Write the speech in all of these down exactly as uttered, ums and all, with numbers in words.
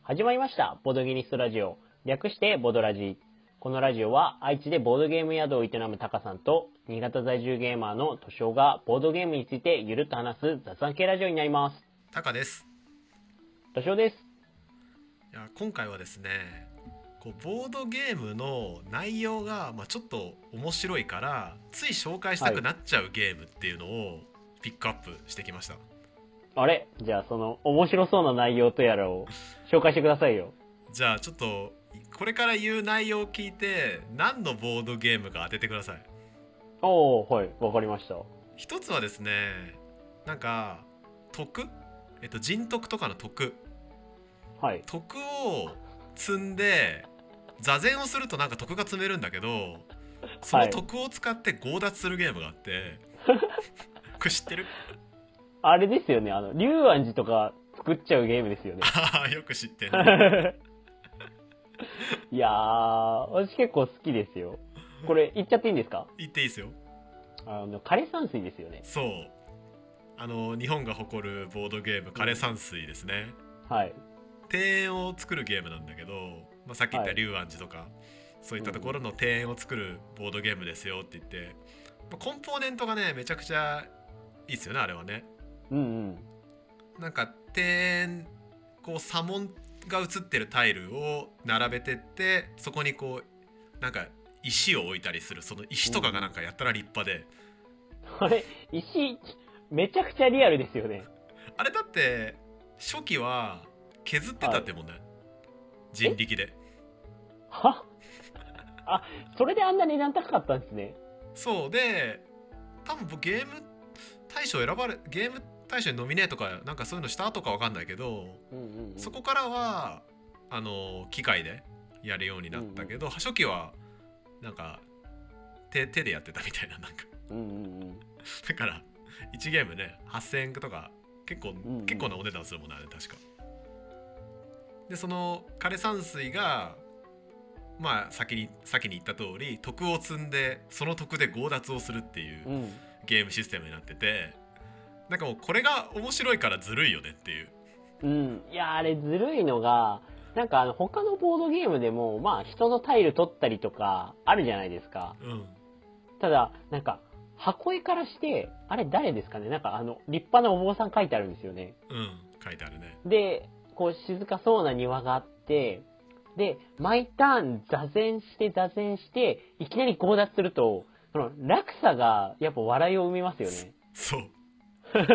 始まりました。ボードギニストラジオ。略してボドラジ。このラジオは愛知でボードゲーム宿を営むタカさんと新潟在住ゲーマーのトシオがボードゲームについてゆるっと話す雑談系ラジオになります。 タカです。 トシオです。 いや今回はですね、こうボードゲームの内容が、まあ、ちょっと面白いからつい紹介したくなっちゃうゲームっていうのをピックアップしてきました。 あれじゃあその面白そうな内容とやらを紹介してくださいよ。 じゃあちょっとこれから言う内容を聞いて何のボードゲームか当ててください。 おお、はい、わかりました。 一つはですね、なんか徳、えっと人徳とかの徳、 はい、徳を積んで座禅をするとなんか徳が積めるんだけど、その徳を使って強奪するゲームがあって、はい、これ知ってる？ あれですよね、あの龍安寺とか作っちゃうゲームですよね。 ああ、よく知ってんね。 いやー、私結構好きですよ。これ言っちゃっていいんですか？ 言っていいですよ。 あの枯山水ですよね。 そう、あの日本が誇るボードゲーム枯山水ですね、 うん、はい。 庭園を作るゲームなんだけど、まあ、さっき言った龍安寺とか、はい、そういったところの庭園を作るボードゲームですよって言って、まあ、コンポーネントがねめちゃくちゃいいですよね、あれはね。 うんうん。 なんか庭園、こう砂紋が映ってるタイルを並べてって、そこにこうなんか石を置いたりする、その石とかがなんかやったら立派で、 うん、あれ石めちゃくちゃリアルですよね。 あれだって初期は削ってたってもんね、はい、人力で。 はあ、それであんな値段高かったんですね。 そうで、多分ゲーム大賞選ばれ、ゲーム大賞にノミネートかなんかそういうのした後か分かんないけど、うんうんうん、そこからはあの機械でやるようになったけど、うんうん、初期はなんか 手, 手でやってたみたいな、なんか、うんうんうん、だからいちゲームねはっせんえんとか結構、うんうん、結構なお値段するもんね、あれ確か。でその枯山水がまあ先に先に言った通り徳を積んでその徳で強奪をするっていうゲームシステムになってて、なんかもうこれが面白いからずるいよねっていう。 うん、いやあれずるいのが、なんかあの他のボードゲームでもまあ人のタイル取ったりとかあるじゃないですか。うん、ただなんか箱絵からしてあれ誰ですかね、なんかあの立派なお坊さん書いてあるんですよね。 うん、書いてあるね。 でこう静かそうな庭があって、で毎ターン座禅して座禅していきなり強奪すると、その落差がやっぱ笑いを生みますよね。 そうだ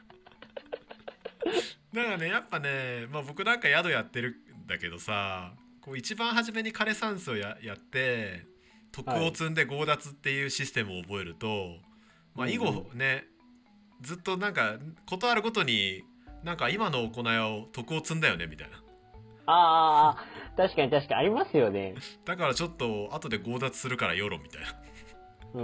からね、やっぱね、まあ、僕なんか宿やってるんだけどさ、こう一番初めに枯山水を や, やって徳を積んで強奪っていうシステムを覚えると、はい、まあ以後ね、うんうん、ずっとなんかことあるごとになんか今の行いを徳を積んだよねみたいな。 あー、確かに確かにありますよね。 だからちょっと後で強奪するからよろみたいな。 うん、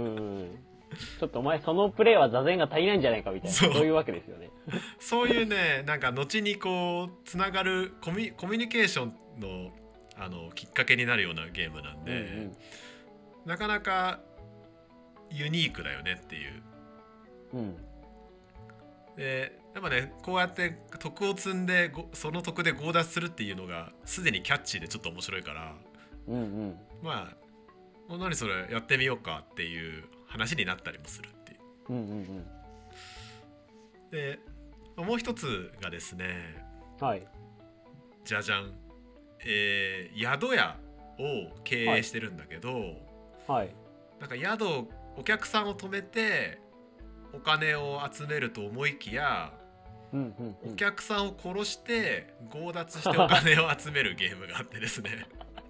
ちょっとお前そのプレイは座禅が足りないんじゃないかみたいな、そういうわけですよね。 そういうね、なんか後にこうつながるコミ、コミュニケーション の, あのきっかけになるようなゲームなんで、うんうん、なかなかユニークだよねっていう。うん、でやっぱね、こうやって徳を積んでその徳で強奪するっていうのがすでにキャッチーでちょっと面白いから、うんうん、まあ何それやってみようかっていう話になったりもするっていう。うんうんうん、でもう一つがですね、はい、じゃじゃん、えー、宿屋を経営してるんだけど、はいはい、なんか宿お客さんを泊めてお金を集めると思いきや、うんうんうん、お客さんを殺して強奪してお金を集めるゲームがあってですね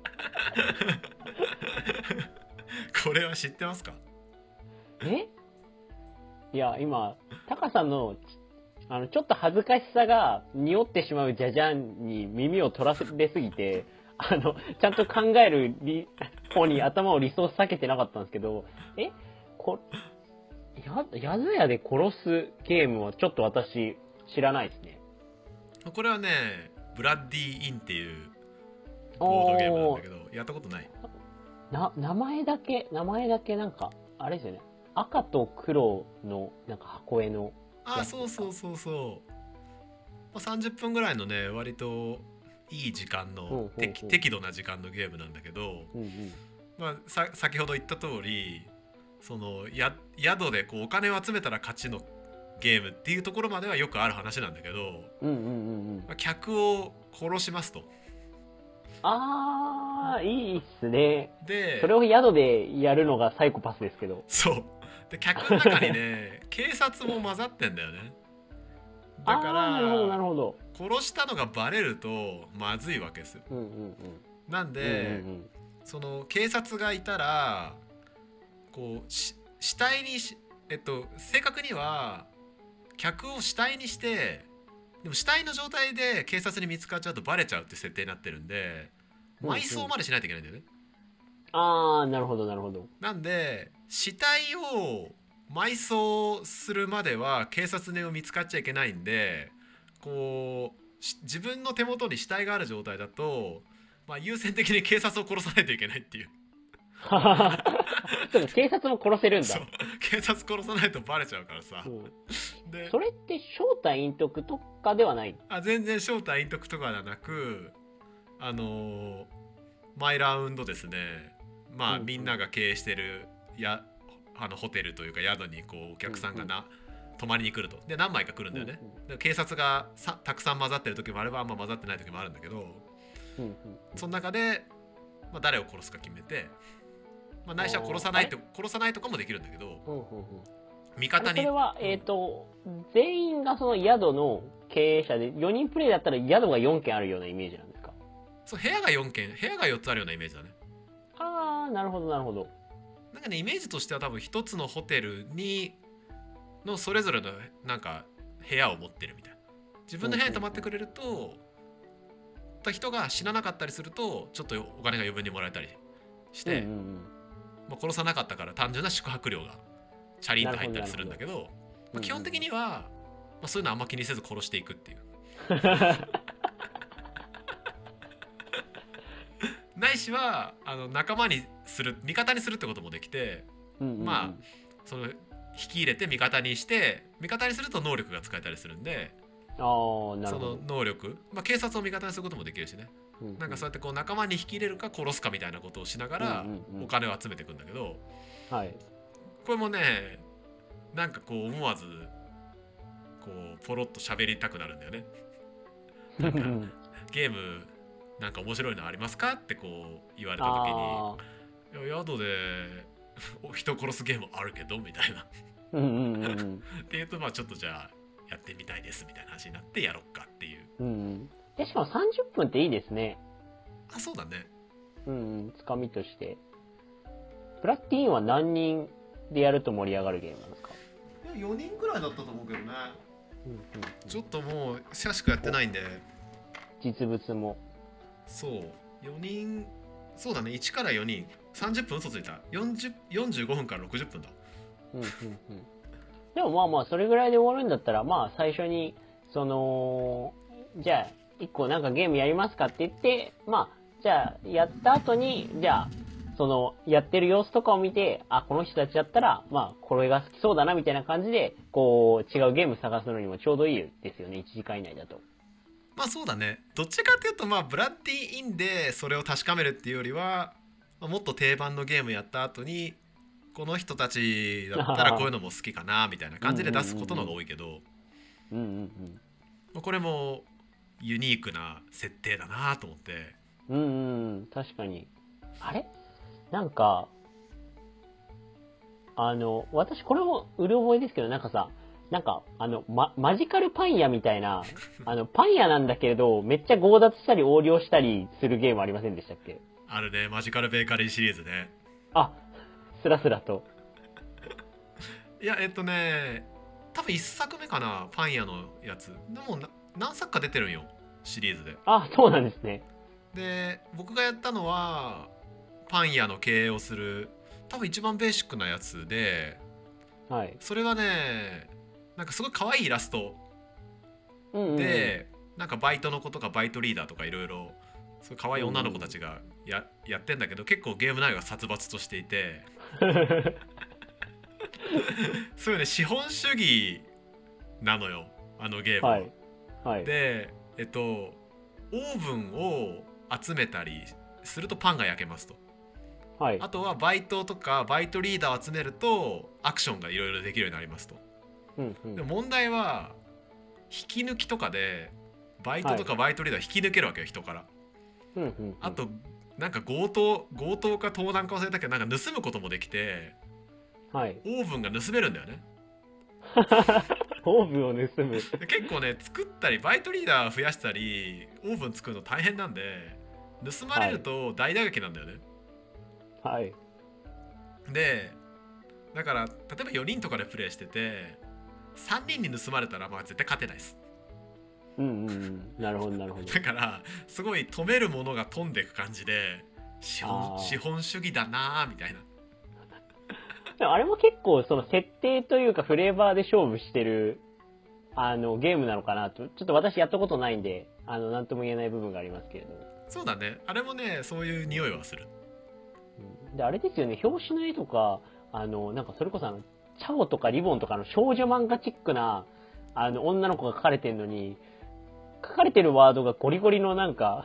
これは知ってますか？ えいや今タカさんのあのちょっと恥ずかしさが匂ってしまうじゃじゃんに耳を取られすぎて、あのちゃんと考える方に頭をリソース避けてなかったんですけど、えこや宿屋で殺すゲームはちょっと私知らないですね。 これはねブラッディーインっていうボードゲームなんだけど、やったことない？ な名前だけ名前だけなんかあれですよね、赤と黒のなんか箱絵の。 あ、そうそうそうそう、まあ、さんじゅっぷんぐらいのね割といい時間の、 ほうほうほう適適度な時間のゲームなんだけど、 うんうんまあ、さ先ほど言った通りそのや宿でこうお金を集めたら勝ちのゲームっていうところまではよくある話なんだけど、 うんうんうんうん。 まあ客を殺しますと。 あー、いいっすね。 でそれを宿でやるのがサイコパスですけど。 そうで客の中にね警察も混ざってんだよね。だかあー、なるほどなるらほど。 殺したのがバレるとまずいわけですよ。 うんうんうん。 なんで、 うんうんその警察がいたらこうし死体にしえっと正確には客を死体にしてでも死体の状態で警察に見つかっちゃうとバレちゃうって設定になってるんでうんうん埋葬までしないといけないんだよね。 あー、なるほどなるほど。 なんで死体を埋葬するまでは警察に見つかっちゃいけないんでこうし自分の手元に死体がある状態だと、まあ、優先的に警察を殺さないといけないっていう。 そうか、警察も殺せるんだ。 そう警察殺さないとバレちゃうからさ、 うん、 でそれって正体隠匿とかではない？ あ全然正体隠匿とかではなくあのー毎ラウンドですねまあ、 うんうん、 みんなが経営してるやあのホテルというか宿にこうお客さんがな、うんうん、泊まりに来るとで何枚か来るんだよね、うんうん、で警察がさたくさん混ざってる時もあればあんま混ざってない時もあるんだけど、うんうん、その中で、まあ、誰を殺すか決めて、まあ、ないしは殺さないと殺さないとかもできるんだけど、うんうんうん、味方にそれは、えーと、全員がその宿の経営者でよにんプレイだったら宿がよんけんあるようなイメージなんですか？ そう部屋がよんけん部屋がよっつあるようなイメージだね。 ああ、なるほどなるほど。 なんかねイメージとしては多分一つのホテルにのそれぞれのなんか部屋を持ってるみたいな。自分の部屋に泊まってくれると、うんうんうん、人が死ななかったりするとちょっとお金が余分にもらえたりして、うんうんうん、まあ、殺さなかったから単純な宿泊料がチャリンと入ったりするんだけど、まあ、基本的には、まあ、そういうのあんま気にせず殺していくっていうないしはあの仲間にする味方にするってこともできて、うんうんうん、まあその引き入れて味方にして味方にすると能力が使えたりするんで、 あー、なるほど。 その能力、まあ、警察を味方にすることもできるしね、うんうん、なんかそうやってこう仲間に引き入れるか殺すかみたいなことをしながらお金を集めていくんだけど、うんうんうん、はい、これもねなんかこう思わずこうポロッと喋りたくなるんだよね。なんかゲームなんか面白いのありますかってこう言われた時に、いや宿で人殺すゲームあるけどみたいなうんうん、うん、っていうとまあちょっとじゃあやってみたいですみたいな話になってやろっかっていう、うん、 でしかもさんじゅっぷんっていいですね。 あ、そうだね。 うんうん、つかみとしてブラッディーンは何人でやると盛り上がるゲームなんですか？ いやよにんぐらいだったと思うけどね、うんうんうん、ちょっともう久しくやってないんで実物もそうよにんそうだねいちからよにんさんじゅっぷん嘘ついたよんじゅう よんじゅうごふんからろくじゅっぷんだ。 うんうんうん、でもまあまあそれぐらいで終わるんだったらまあ最初にそのじゃあいっこなんかゲームやりますかって言ってまあじゃあやった後にじゃあそのやってる様子とかを見てあこの人たちだったらまあこれが好きそうだなみたいな感じでこう違うゲーム探すのにもちょうどいいですよねいちじかん以内だと。 まあそうだねどっちかっていうとまあブラッディインでそれを確かめるっていうよりは、まあ、もっと定番のゲームやった後にこの人たちだったらこういうのも好きかなみたいな感じで出すことのが多いけどこれもユニークな設定だなと思ってうんうん確かにあれなんかあの私これもうる覚えですけどなんかさなんかあの、ま、マジカルパン屋みたいなあのパン屋なんだけれどめっちゃ強奪したり横領したりするゲームありませんでしたっけ？ あるねマジカルベーカリーシリーズね。 あスラスラといやえっとね多分いっさくめかなパン屋のやつでも何作か出てるんよシリーズで。 あそうなんですね。 で僕がやったのはパン屋の経営をする多分一番ベーシックなやつで、はい、それがねなんかすごい可愛いイラスト、うんうん、でなんかバイトの子とかバイトリーダーとかいろいろ可愛い女の子たちが や,、うんうん、やってんだけど結構ゲーム内容が殺伐としていてそういうね資本主義なのよあのゲームは、はいはい、でえっとオーブンを集めたりするとパンが焼けますと。 はい。 あとはバイトとかバイトリーダーを集めるとアクションがいろいろできるようになりますと。 うんうん。 でも問題は引き抜きとかでバイトとかバイトリーダー引き抜けるわけよ、人から。 うんうんうん。 あとなんか強盗強盗か盗難か忘れたけど、なんか盗むこともできて、 はい。 オーブンが盗めるんだよね。 オーブンを盗む。 で結構ね、作ったりバイトリーダー増やしたりオーブン作るの大変なんで、盗まれると大打撃なんだよね。 はい。 でだから例えばよにんとかでプレイしててさんにんに盗まれたらまあ絶対勝てないです。 うんうんうん。なるほどなるほど。 だからすごい止めるものが飛んでいく感じで、資本あー資本主義だなーみたいな。 でもあれも結構その設定というかフレーバーで勝負してるあのゲームなのかなと。ちょっと私やったことないんで、あの何とも言えない部分がありますけれど。 そうだね、あれもねそういう匂いはする。 うんで、あれですよね、表紙の絵とか、あの、なんかそれこそあの、チャオとかリボンとかの少女漫画チックな、あの、女の子が描かれてるのに、書かれてるワードがゴリゴリのなんか、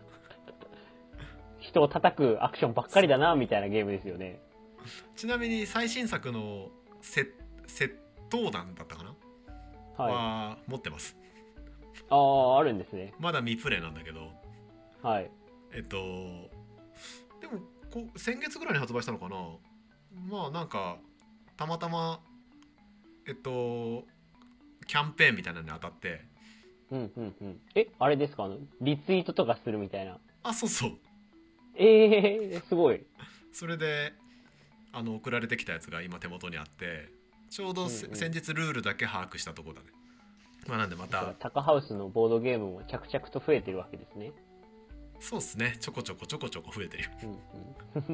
人を叩くアクションばっかりだな、みたいなゲームですよね。 ちなみに最新作の窃窃盗団だったかな、 はい。 は持ってます。 ああ、あるんですね。 まだ未プレイなんだけど、 はい。 えっとでもこ先月ぐらいに発売したのかな。まあなんかたまたまえっとキャンペーンみたいなのに当たって、 うんうんうん。え、あれですか、あの、リツイートとかするみたいな。 あ、そうそう、 ええー、すごい。 それであの送られてきたやつが今手元にあって、ちょうどせ、 うんうん先日ルールだけ把握したところだね。まあなんでまた、 タカハウスのボードゲームも着々と増えてるわけですね。 そうっすね、ちょこちょこちょこちょこ増えてるよ。 うんうん。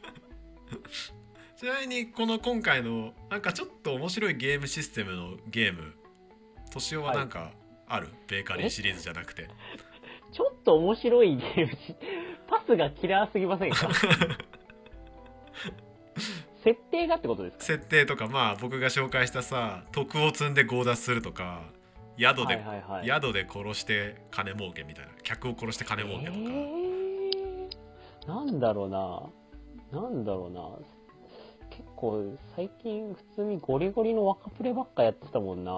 ちなみにこの今回のなんかちょっと面白いゲームシステムのゲーム、年男はなんかある、ベーカリーシリーズじゃなくて。 ちょっと面白いゲームし、パスがキラーすぎませんか？設定がってことですか？ 設定とか、まあ僕が紹介したさ、徳を積んで強奪するとか、宿で、 はいはいはい、 宿で殺して金儲けみたいな、客を殺して金儲けとか、 えー、なんだろうななんだろうな結構最近普通にゴリゴリの若プレばっかやってたもんな。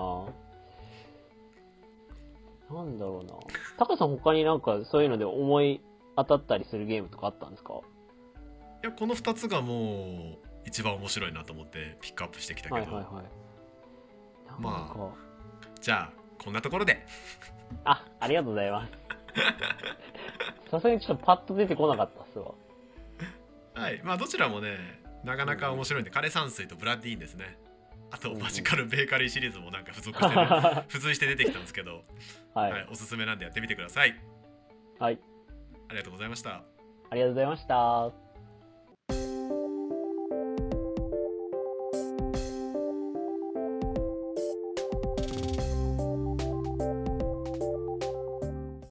なんだろうなタカさん他になんかそういうので思い当たったりするゲームとかあったんですか？ いやこのふたつがもう一番面白いなと思ってピックアップしてきたけど、 はいはいはい。なんか、 まあじゃあこんなところで。 あ、ありがとうございます。さすがにちょっとパッと出てこなかったっすわ。 はい、まあどちらもねなかなか面白いんで、枯山水とブラッディーンですね。あとマジカルベーカリーシリーズもなんか付属してる付随して出てきたんですけど、 はい、 はい、おすすめなんでやってみてください。 はい。 ありがとうございました。 ありがとうございました。